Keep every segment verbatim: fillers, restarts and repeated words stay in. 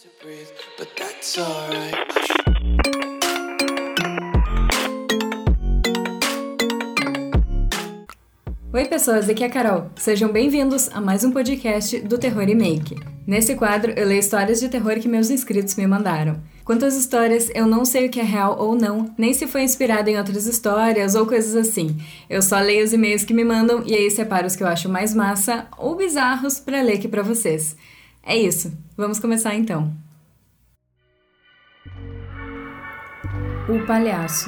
Oi pessoas, aqui é a Carol. Sejam bem-vindos a mais um podcast do Terror Remake. Nesse quadro eu leio histórias de terror que meus inscritos me mandaram. Quanto às histórias, eu não sei o que é real ou não, nem se foi inspirado em outras histórias ou coisas assim. Eu só leio os e-mails que me mandam e aí separo os que eu acho mais massa ou bizarros pra ler aqui pra vocês. É isso, vamos começar então. O palhaço.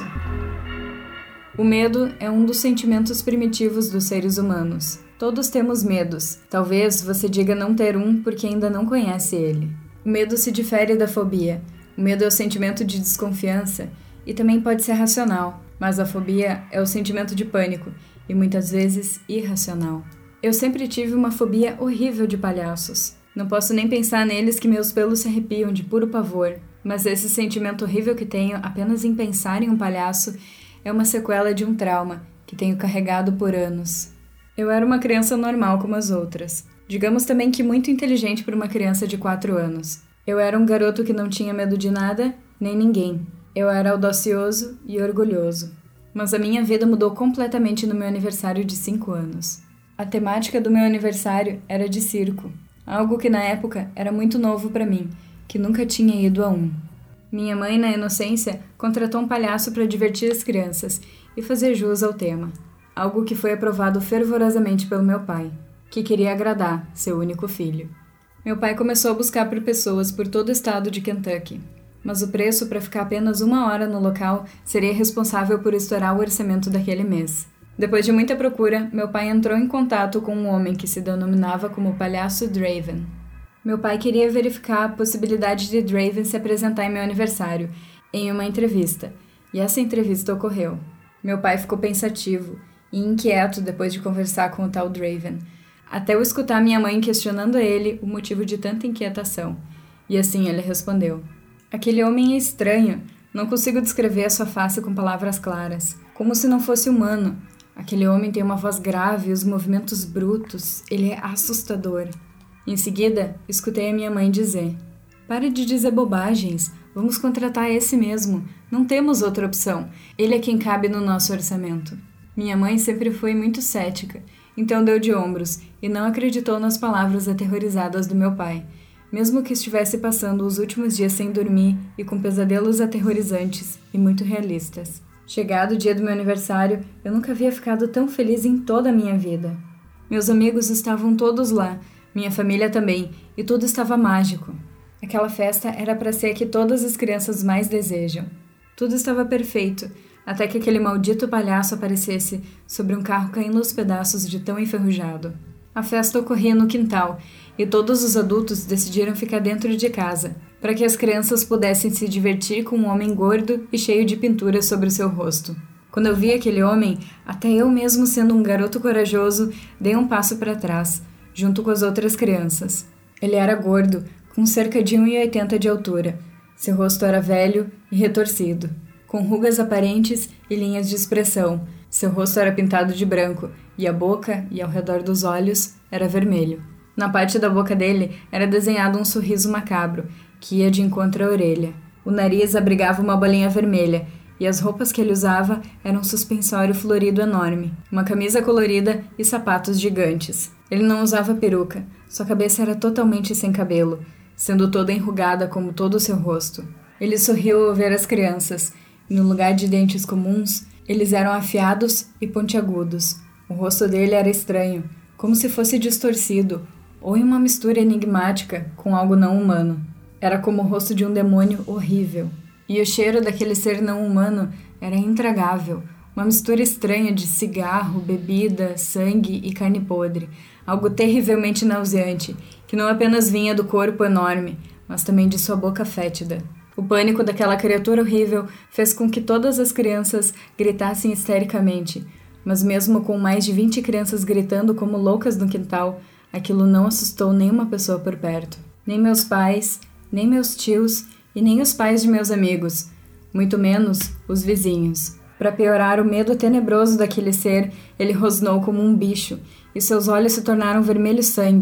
O medo é um dos sentimentos primitivos dos seres humanos. Todos temos medos. Talvez você diga não ter um porque ainda não conhece ele. O medo se difere da fobia. O medo é o sentimento de desconfiança e também pode ser racional, mas a fobia é o sentimento de pânico e muitas vezes irracional. Eu sempre tive uma fobia horrível de palhaços. Não posso nem pensar neles que meus pelos se arrepiam de puro pavor, mas esse sentimento horrível que tenho apenas em pensar em um palhaço é uma sequela de um trauma que tenho carregado por anos. Eu era uma criança normal como as outras. Digamos também que muito inteligente para uma criança de quatro anos. Eu era um garoto que não tinha medo de nada, nem ninguém. Eu era audacioso e orgulhoso. Mas a minha vida mudou completamente no meu aniversário de cinco anos. A temática do meu aniversário era de circo. Algo que na época era muito novo para mim, que nunca tinha ido a um. Minha mãe, na inocência, contratou um palhaço para divertir as crianças e fazer jus ao tema. Algo que foi aprovado fervorosamente pelo meu pai, que queria agradar seu único filho. Meu pai começou a buscar por pessoas por todo o estado de Kentucky, mas o preço para ficar apenas uma hora no local seria responsável por estourar o orçamento daquele mês. Depois de muita procura, meu pai entrou em contato com um homem que se denominava como Palhaço Draven. Meu pai queria verificar a possibilidade de Draven se apresentar em meu aniversário, em uma entrevista, e essa entrevista ocorreu. Meu pai ficou pensativo e inquieto depois de conversar com o tal Draven, até eu escutar minha mãe questionando a ele o motivo de tanta inquietação. E assim ele respondeu: "Aquele homem é estranho, não consigo descrever a sua face com palavras claras, como se não fosse humano. Aquele homem tem uma voz grave e os movimentos brutos, ele é assustador." Em seguida, escutei a minha mãe dizer: "Pare de dizer bobagens, vamos contratar esse mesmo, não temos outra opção, ele é quem cabe no nosso orçamento." Minha mãe sempre foi muito cética, então deu de ombros e não acreditou nas palavras aterrorizadas do meu pai, mesmo que estivesse passando os últimos dias sem dormir e com pesadelos aterrorizantes e muito realistas. Chegado o dia do meu aniversário, eu nunca havia ficado tão feliz em toda a minha vida. Meus amigos estavam todos lá, minha família também, e tudo estava mágico. Aquela festa era para ser a que todas as crianças mais desejam. Tudo estava perfeito, até que aquele maldito palhaço aparecesse sobre um carro caindo aos pedaços de tão enferrujado. A festa ocorria no quintal, e todos os adultos decidiram ficar dentro de casa, para que as crianças pudessem se divertir com um homem gordo e cheio de pinturas sobre o seu rosto. Quando eu vi aquele homem, até eu mesmo sendo um garoto corajoso, dei um passo para trás, junto com as outras crianças. Ele era gordo, com cerca de um metro e oitenta de altura. Seu rosto era velho e retorcido, com rugas aparentes e linhas de expressão. Seu rosto era pintado de branco, e a boca, e ao redor dos olhos, era vermelho. Na parte da boca dele era desenhado um sorriso macabro, que ia de encontro à orelha. O nariz abrigava uma bolinha vermelha, e as roupas que ele usava eram um suspensório florido enorme, uma camisa colorida e sapatos gigantes. Ele não usava peruca, sua cabeça era totalmente sem cabelo, sendo toda enrugada como todo o seu rosto. Ele sorriu ao ver as crianças, e no lugar de dentes comuns, eles eram afiados e pontiagudos. O rosto dele era estranho, como se fosse distorcido, ou em uma mistura enigmática com algo não humano. Era como o rosto de um demônio horrível. E o cheiro daquele ser não humano era intragável, uma mistura estranha de cigarro, bebida, sangue e carne podre, algo terrivelmente nauseante, que não apenas vinha do corpo enorme, mas também de sua boca fétida. O pânico daquela criatura horrível fez com que todas as crianças gritassem histericamente, mas mesmo com mais de vinte crianças gritando como loucas no quintal, aquilo não assustou nenhuma pessoa por perto. Nem meus pais, nem meus tios e nem os pais de meus amigos, muito menos os vizinhos. Para piorar o medo tenebroso daquele ser, ele rosnou como um bicho, e seus olhos se tornaram vermelho sangue.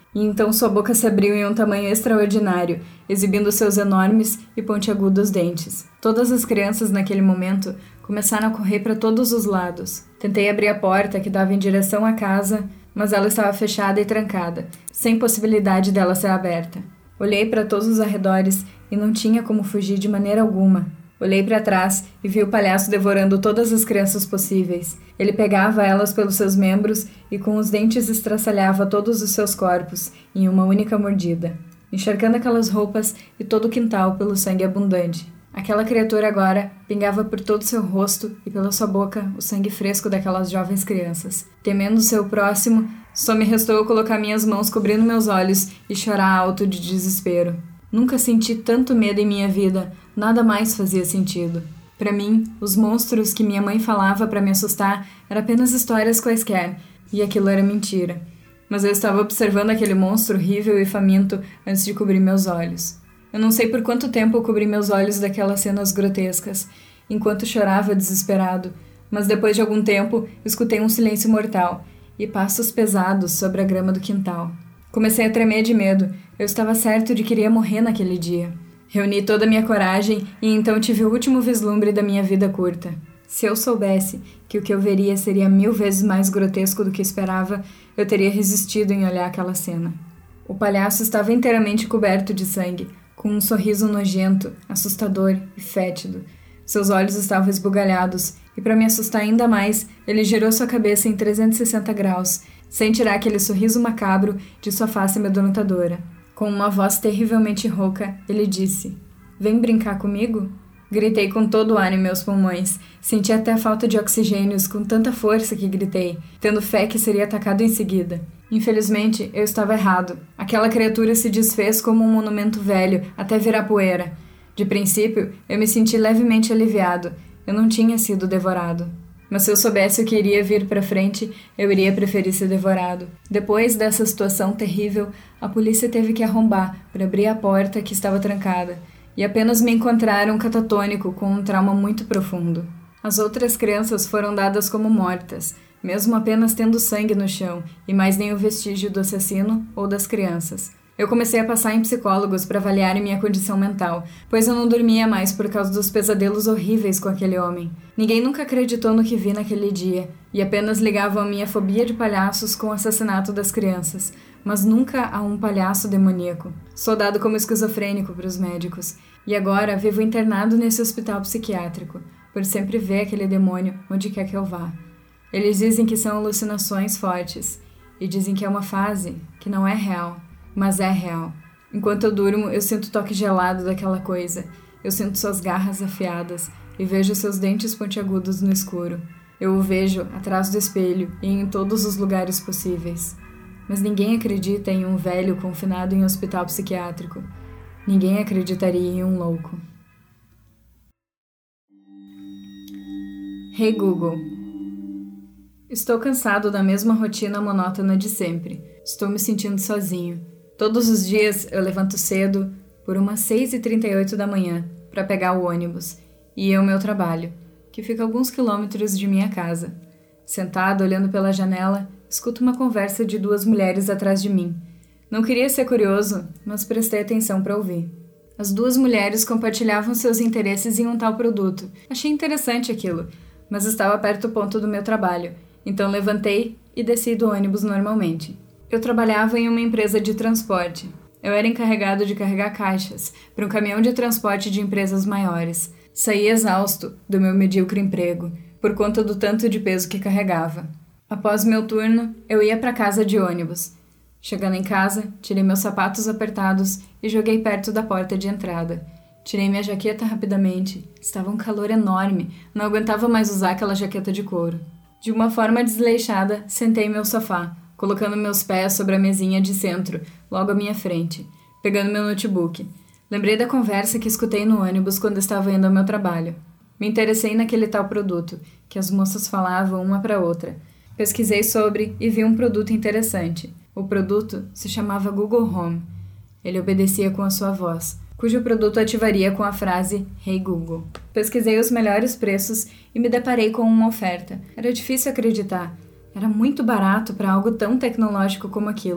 E então sua boca se abriu em um tamanho extraordinário, exibindo seus enormes e pontiagudos dentes. Todas as crianças naquele momento começaram a correr para todos os lados. Tentei abrir a porta que dava em direção à casa, mas ela estava fechada e trancada, sem possibilidade dela ser aberta. Olhei para todos os arredores e não tinha como fugir de maneira alguma. Olhei para trás e vi o palhaço devorando todas as crianças possíveis. Ele pegava elas pelos seus membros e com os dentes estraçalhava todos os seus corpos em uma única mordida, encharcando aquelas roupas e todo o quintal pelo sangue abundante. Aquela criatura agora pingava por todo o seu rosto e pela sua boca o sangue fresco daquelas jovens crianças. Temendo seu próximo, só me restou eu colocar minhas mãos cobrindo meus olhos e chorar alto de desespero. Nunca senti tanto medo em minha vida, nada mais fazia sentido. Para mim, os monstros que minha mãe falava para me assustar eram apenas histórias quaisquer, e aquilo era mentira. Mas eu estava observando aquele monstro horrível e faminto antes de cobrir meus olhos. Eu não sei por quanto tempo eu cobri meus olhos daquelas cenas grotescas, enquanto chorava desesperado, mas depois de algum tempo escutei um silêncio mortal e passos pesados sobre a grama do quintal. Comecei a tremer de medo. Eu estava certo de que iria morrer naquele dia. Reuni toda a minha coragem e então tive o último vislumbre da minha vida curta. Se eu soubesse que o que eu veria seria mil vezes mais grotesco do que esperava, eu teria resistido em olhar aquela cena. O palhaço estava inteiramente coberto de sangue, com um sorriso nojento, assustador e fétido. Seus olhos estavam esbugalhados e, para me assustar ainda mais, ele girou sua cabeça em trezentos e sessenta graus, sem tirar aquele sorriso macabro de sua face amedrontadora. Com uma voz terrivelmente rouca, ele disse: "Vem brincar comigo?" Gritei com todo o ar em meus pulmões. Senti até a falta de oxigênios com tanta força que gritei, tendo fé que seria atacado em seguida. Infelizmente, eu estava errado. Aquela criatura se desfez como um monumento velho, até virar poeira. De princípio, eu me senti levemente aliviado. Eu não tinha sido devorado. Mas se eu soubesse o que iria vir para frente, eu iria preferir ser devorado. Depois dessa situação terrível, a polícia teve que arrombar para abrir a porta que estava trancada, e apenas me encontraram catatônico com um trauma muito profundo. As outras crianças foram dadas como mortas, mesmo apenas tendo sangue no chão e mais nenhum vestígio do assassino ou das crianças. Eu comecei a passar em psicólogos para avaliarem minha condição mental, pois eu não dormia mais por causa dos pesadelos horríveis com aquele homem. Ninguém nunca acreditou no que vi naquele dia, e apenas ligavam a minha fobia de palhaços com o assassinato das crianças, mas nunca a um palhaço demoníaco. Sou dado como esquizofrênico para os médicos, e agora vivo internado nesse hospital psiquiátrico, por sempre ver aquele demônio onde quer que eu vá. Eles dizem que são alucinações fortes, e dizem que é uma fase que não é real. Mas é real. Enquanto eu durmo, eu sinto o toque gelado daquela coisa. Eu sinto suas garras afiadas e vejo seus dentes pontiagudos no escuro. Eu o vejo atrás do espelho e em todos os lugares possíveis. Mas ninguém acredita em um velho confinado em um hospital psiquiátrico. Ninguém acreditaria em um louco. Hey Google. Estou cansado da mesma rotina monótona de sempre. Estou me sentindo sozinho. Todos os dias eu levanto cedo, por umas seis e trinta e oito da manhã, para pegar o ônibus, e ir ao meu trabalho, que fica a alguns quilômetros de minha casa. Sentado, olhando pela janela, escuto uma conversa de duas mulheres atrás de mim. Não queria ser curioso, mas prestei atenção para ouvir. As duas mulheres compartilhavam seus interesses em um tal produto. Achei interessante aquilo, mas estava perto do ponto do meu trabalho, então levantei e desci do ônibus normalmente. Eu trabalhava em uma empresa de transporte. Eu era encarregado de carregar caixas para um caminhão de transporte de empresas maiores. Saí exausto do meu medíocre emprego, por conta do tanto de peso que carregava. Após meu turno, eu ia para casa de ônibus. Chegando em casa, tirei meus sapatos apertados e joguei perto da porta de entrada. Tirei minha jaqueta rapidamente. Estava um calor enorme, não aguentava mais usar aquela jaqueta de couro. De uma forma desleixada, sentei em meu sofá, colocando meus pés sobre a mesinha de centro, logo à minha frente, pegando meu notebook. Lembrei da conversa que escutei no ônibus quando estava indo ao meu trabalho. Me interessei naquele tal produto, que as moças falavam uma para outra. Pesquisei sobre e vi um produto interessante. O produto se chamava Google Home. Ele obedecia com a sua voz, cujo produto ativaria com a frase Hey Google. Pesquisei os melhores preços e me deparei com uma oferta. Era difícil acreditar. Era muito barato para algo tão tecnológico como aquilo.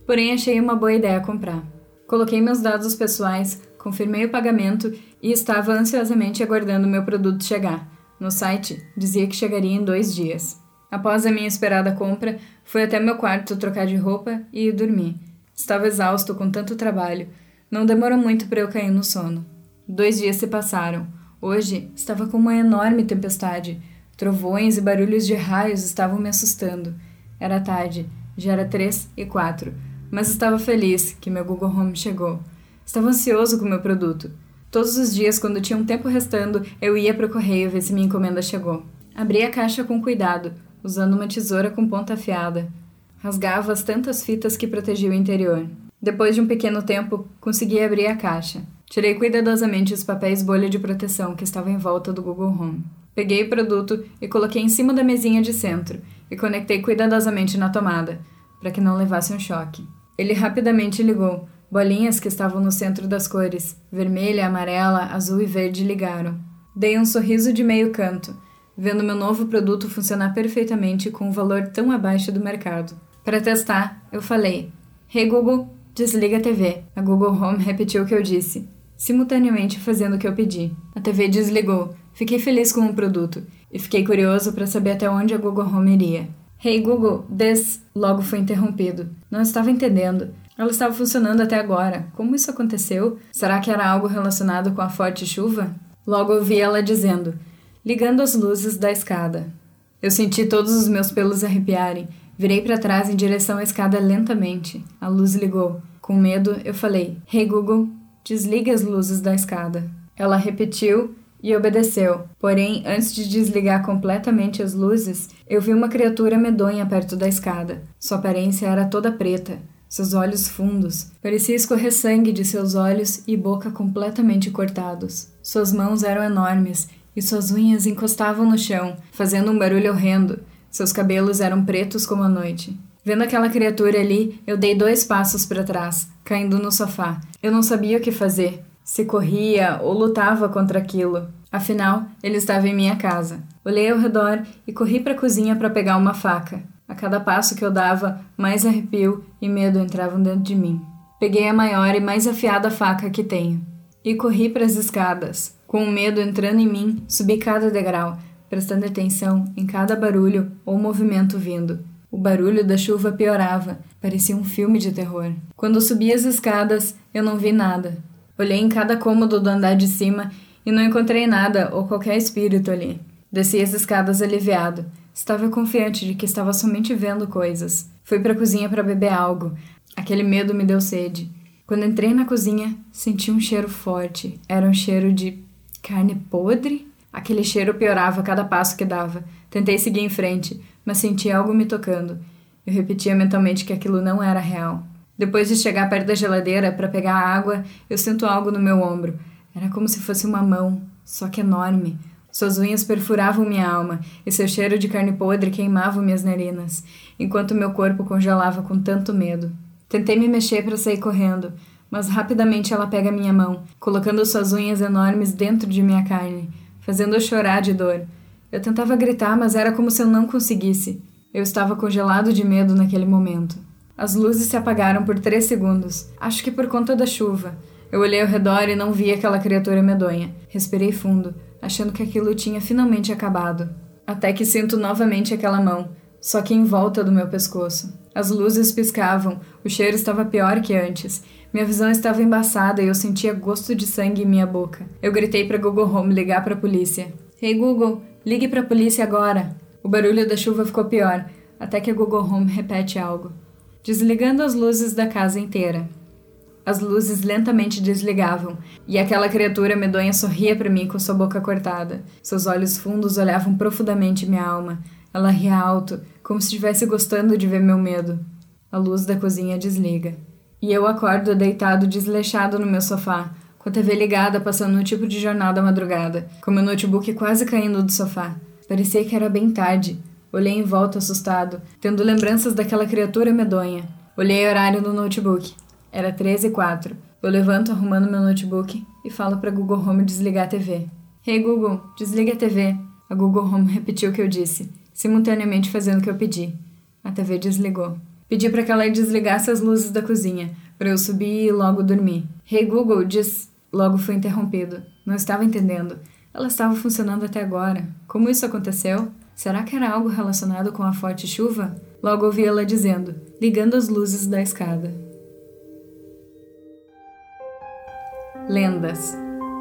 porém achei uma boa ideia comprar. Coloquei meus dados pessoais, confirmei o pagamento e estava ansiosamente aguardando meu produto chegar. No site, dizia que chegaria em dois dias. Após a minha esperada compra, fui até meu quarto trocar de roupa e ir dormir. Estava exausto com tanto trabalho. Não demorou muito para eu cair no sono. Dois dias se passaram. Hoje, estava com uma enorme tempestade. Trovões e barulhos de raios estavam me assustando. Era tarde, já era três e quatro, mas estava feliz que meu Google Home chegou. Estava ansioso com o meu produto. Todos os dias, quando tinha um tempo restando, eu ia para o correio ver se minha encomenda chegou. Abri a caixa com cuidado, usando uma tesoura com ponta afiada. Rasgava as tantas fitas que protegiam o interior. Depois de um pequeno tempo, consegui abrir a caixa. Tirei cuidadosamente os papéis bolha de proteção que estavam em volta do Google Home. Peguei o produto e coloquei em cima da mesinha de centro e conectei cuidadosamente na tomada, para que não levasse um choque. Ele rapidamente ligou. Bolinhas que estavam no centro das cores, vermelha, amarela, azul e verde, ligaram. Dei um sorriso de meio canto, vendo meu novo produto funcionar perfeitamente com um valor tão abaixo do mercado. Para testar, eu falei: "Hey Google, desliga a T V." A Google Home repetiu o que eu disse, simultaneamente fazendo o que eu pedi. A T V desligou. Fiquei feliz com o produto e fiquei curioso para saber até onde a Google Home iria. "Hey Google, this..." Logo foi interrompido. Não estava entendendo. Ela estava funcionando até agora. Como isso aconteceu? Será que era algo relacionado com a forte chuva? Logo ouvi ela dizendo: "Ligando as luzes da escada." Eu senti todos os meus pelos arrepiarem. Virei para trás em direção à escada lentamente. A luz ligou. Com medo, eu falei: "Hey Google, desliga as luzes da escada." Ela repetiu e obedeceu. Porém, antes de desligar completamente as luzes, eu vi uma criatura medonha perto da escada. Sua aparência era toda preta. Seus olhos fundos. Parecia escorrer sangue de seus olhos e boca completamente cortados. Suas mãos eram enormes e suas unhas encostavam no chão, fazendo um barulho horrendo. Seus cabelos eram pretos como a noite. Vendo aquela criatura ali, eu dei dois passos para trás, caindo no sofá. Eu não sabia o que fazer. Se corria ou lutava contra aquilo. Afinal, ele estava em minha casa. Olhei ao redor e corri para a cozinha para pegar uma faca. A cada passo que eu dava, mais arrepio e medo entravam dentro de mim. Peguei a maior e mais afiada faca que tenho. E corri para as escadas. Com o medo entrando em mim, subi cada degrau, prestando atenção em cada barulho ou movimento vindo. O barulho da chuva piorava. Parecia um filme de terror. Quando subi as escadas, eu não vi nada. Olhei em cada cômodo do andar de cima e não encontrei nada ou qualquer espírito ali. Desci as escadas aliviado. Estava confiante de que estava somente vendo coisas. Fui para a cozinha para beber algo. Aquele medo me deu sede. Quando entrei na cozinha, senti um cheiro forte. Era um cheiro de carne podre? Aquele cheiro piorava a cada passo que dava. Tentei seguir em frente, mas senti algo me tocando. Eu repetia mentalmente que aquilo não era real. Depois de chegar perto da geladeira para pegar a água, eu sinto algo no meu ombro. Era como se fosse uma mão, só que enorme. Suas unhas perfuravam minha alma e seu cheiro de carne podre queimava minhas narinas, enquanto meu corpo congelava com tanto medo. Tentei me mexer para sair correndo, mas rapidamente ela pega minha mão, colocando suas unhas enormes dentro de minha carne, fazendo eu chorar de dor. Eu tentava gritar, mas era como se eu não conseguisse. Eu estava congelado de medo naquele momento. As luzes se apagaram por três segundos, acho que por conta da chuva. Eu olhei ao redor e não vi aquela criatura medonha. Respirei fundo, achando que aquilo tinha finalmente acabado. Até que sinto novamente aquela mão, só que em volta do meu pescoço. As luzes piscavam, o cheiro estava pior que antes. Minha visão estava embaçada e eu sentia gosto de sangue em minha boca. Eu gritei para Google Home ligar para a polícia. "Hey Google, ligue para a polícia agora." O barulho da chuva ficou pior, até que a Google Home repete algo. Desligando as luzes da casa inteira. As luzes lentamente desligavam, e aquela criatura medonha sorria para mim com sua boca cortada. Seus olhos fundos olhavam profundamente minha alma. Ela ria alto, como se estivesse gostando de ver meu medo. A luz da cozinha desliga. E eu acordo deitado desleixado no meu sofá, com a T V ligada passando um tipo de jornal da madrugada, com meu notebook quase caindo do sofá. Parecia que era bem tarde. Olhei em volta assustado, tendo lembranças daquela criatura medonha. Olhei o horário no notebook. Era treze e quatro. Eu levanto arrumando meu notebook e falo para Google Home desligar a T V. "Hey Google, desliga a T V." A Google Home repetiu o que eu disse, simultaneamente fazendo o que eu pedi. A T V desligou. Pedi para que ela desligasse as luzes da cozinha, para eu subir e logo dormir. Hey Google, diz... Logo fui interrompido. Não estava entendendo. Ela estava funcionando até agora. Como isso aconteceu? Será que era algo relacionado com a forte chuva? Logo ouvi ela dizendo, ligando as luzes da escada. Lendas.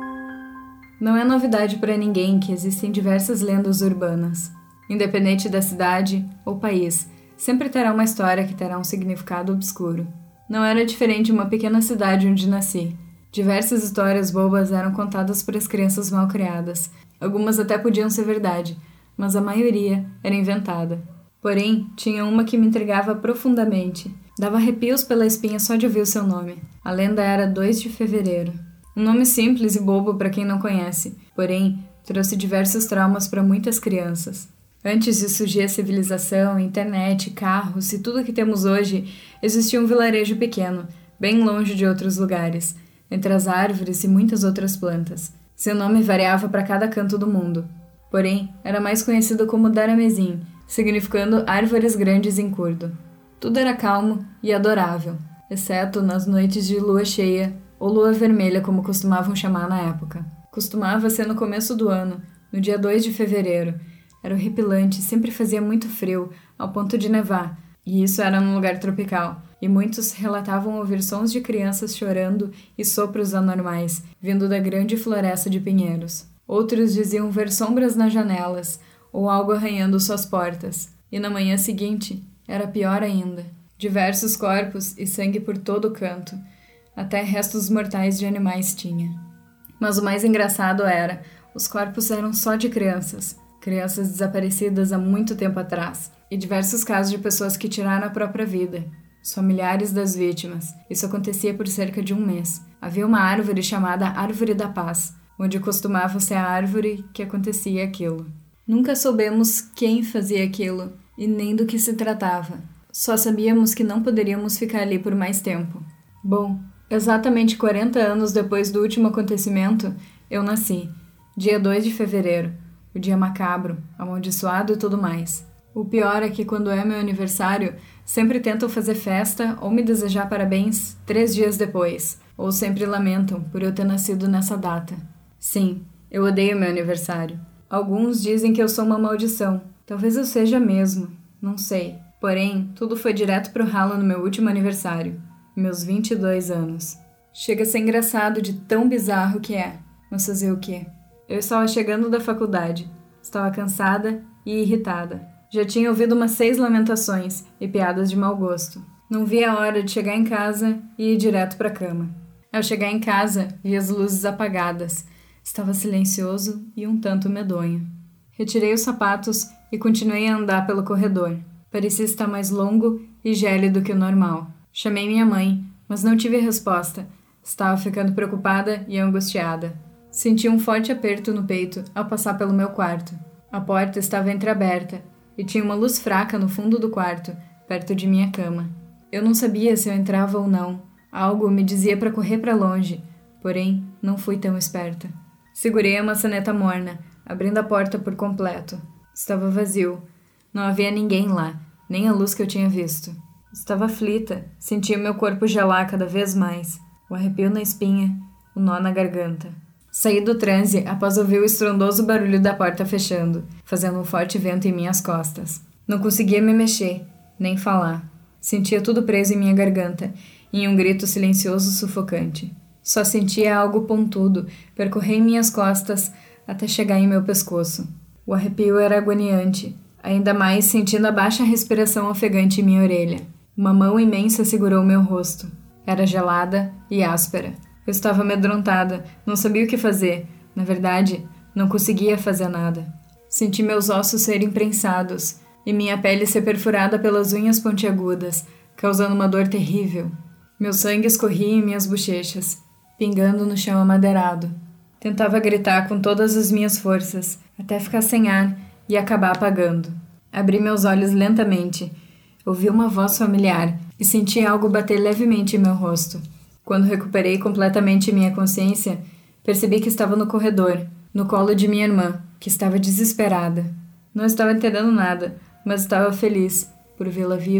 Não é novidade para ninguém que existem diversas lendas urbanas. Independente da cidade ou país, sempre terá uma história que terá um significado obscuro. Não era diferente de uma pequena cidade onde nasci. Diversas histórias bobas eram contadas por as crianças mal criadas. Algumas até podiam ser verdade, mas a maioria era inventada. Porém, tinha uma que me intrigava profundamente. Dava arrepios pela espinha só de ouvir o seu nome. A lenda era dois de fevereiro. Um nome simples e bobo para quem não conhece, porém, trouxe diversos traumas para muitas crianças. Antes de surgir a civilização, internet, carros e tudo que temos hoje, existia um vilarejo pequeno, bem longe de outros lugares, entre as árvores e muitas outras plantas. Seu nome variava para cada canto do mundo. Porém, era mais conhecido como Daramezim, significando árvores grandes em curdo. Tudo era calmo e adorável, exceto nas noites de lua cheia, ou lua vermelha como costumavam chamar na época. Costumava ser no começo do ano, no dia dois de fevereiro. Era horripilante, sempre fazia muito frio, ao ponto de nevar, e isso era num lugar tropical. E muitos relatavam ouvir sons de crianças chorando e sopros anormais, vindo da grande floresta de pinheiros. Outros diziam ver sombras nas janelas, ou algo arranhando suas portas. E na manhã seguinte, era pior ainda. Diversos corpos e sangue por todo o canto. Até restos mortais de animais tinha. Mas o mais engraçado era, os corpos eram só de crianças. Crianças desaparecidas há muito tempo atrás. E diversos casos de pessoas que tiraram a própria vida. Os familiares das vítimas. Isso acontecia por cerca de um mês. Havia uma árvore chamada Árvore da Paz, onde costumava ser a árvore que acontecia aquilo. Nunca soubemos quem fazia aquilo e nem do que se tratava. Só sabíamos que não poderíamos ficar ali por mais tempo. Bom, exatamente quarenta anos depois do último acontecimento, eu nasci. Dia dois de fevereiro. O dia macabro, amaldiçoado e tudo mais. O pior é que quando é meu aniversário, sempre tentam fazer festa ou me desejar parabéns três dias depois. Ou sempre lamentam por eu ter nascido nessa data. Sim, eu odeio meu aniversário. Alguns dizem que eu sou uma maldição. Talvez eu seja mesmo, não sei. Porém, tudo foi direto pro ralo no meu último aniversário. Meus vinte e dois anos. Chega a ser engraçado de tão bizarro que é. Mas fazer o quê? Eu estava chegando da faculdade. Estava cansada e irritada. Já tinha ouvido umas seis lamentações e piadas de mau gosto. Não via a hora de chegar em casa e ir direto para a cama. Ao chegar em casa, vi as luzes apagadas. Estava silencioso e um tanto medonho. Retirei os sapatos e continuei a andar pelo corredor. Parecia estar mais longo e gélido que o normal. Chamei minha mãe, mas não tive resposta. Estava ficando preocupada e angustiada. Senti um forte aperto no peito ao passar pelo meu quarto. A porta estava entreaberta e tinha uma luz fraca no fundo do quarto, perto de minha cama. Eu não sabia se eu entrava ou não. Algo me dizia para correr para longe, porém não fui tão esperta. Segurei a maçaneta morna, abrindo a porta por completo. Estava vazio. Não havia ninguém lá, nem a luz que eu tinha visto. Estava aflita, sentia meu corpo gelar cada vez mais. O arrepio na espinha, o nó na garganta. Saí do transe após ouvir o estrondoso barulho da porta fechando, fazendo um forte vento em minhas costas. Não conseguia me mexer, nem falar. Sentia tudo preso em minha garganta, em um grito silencioso sufocante. Só sentia algo pontudo percorrer em minhas costas até chegar em meu pescoço. O arrepio era agoniante, ainda mais sentindo a baixa respiração ofegante em minha orelha. Uma mão imensa segurou meu rosto. Era gelada e áspera. Eu estava amedrontada, não sabia o que fazer. Na verdade, não conseguia fazer nada. Senti meus ossos serem prensados e minha pele ser perfurada pelas unhas pontiagudas, causando uma dor terrível. Meu sangue escorria em minhas bochechas, pingando no chão amadeirado. Tentava gritar com todas as minhas forças, até ficar sem ar e acabar apagando. Abri meus olhos lentamente. Ouvi uma voz familiar e senti algo bater levemente em meu rosto. Quando recuperei completamente minha consciência, percebi que estava no corredor, no colo de minha irmã, que estava desesperada. Não estava entendendo nada, mas estava feliz por vê-la viva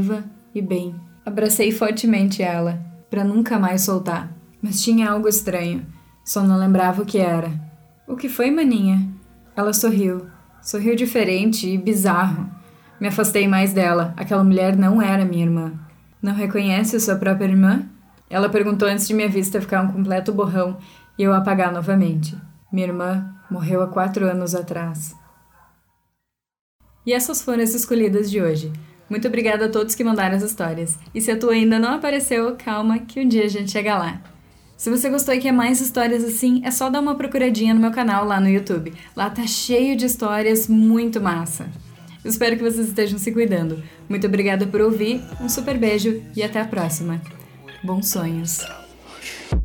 e bem. Abracei fortemente ela, para nunca mais soltar. Mas tinha algo estranho. Só não lembrava o que era. O que foi, maninha? Ela sorriu. Sorriu diferente e bizarro. Me afastei mais dela. Aquela mulher não era minha irmã. Não reconhece sua própria irmã? Ela perguntou antes de minha vista ficar um completo borrão e eu apagar novamente. Minha irmã morreu há quatro anos atrás. E essas foram as escolhidas de hoje. Muito obrigada a todos que mandaram as histórias. E se a tua ainda não apareceu, calma que um dia a gente chega lá. Se você gostou e quer mais histórias assim, é só dar uma procuradinha no meu canal lá no YouTube. Lá tá cheio de histórias muito massa. Eu espero que vocês estejam se cuidando. Muito obrigada por ouvir, um super beijo e até a próxima. Bons sonhos!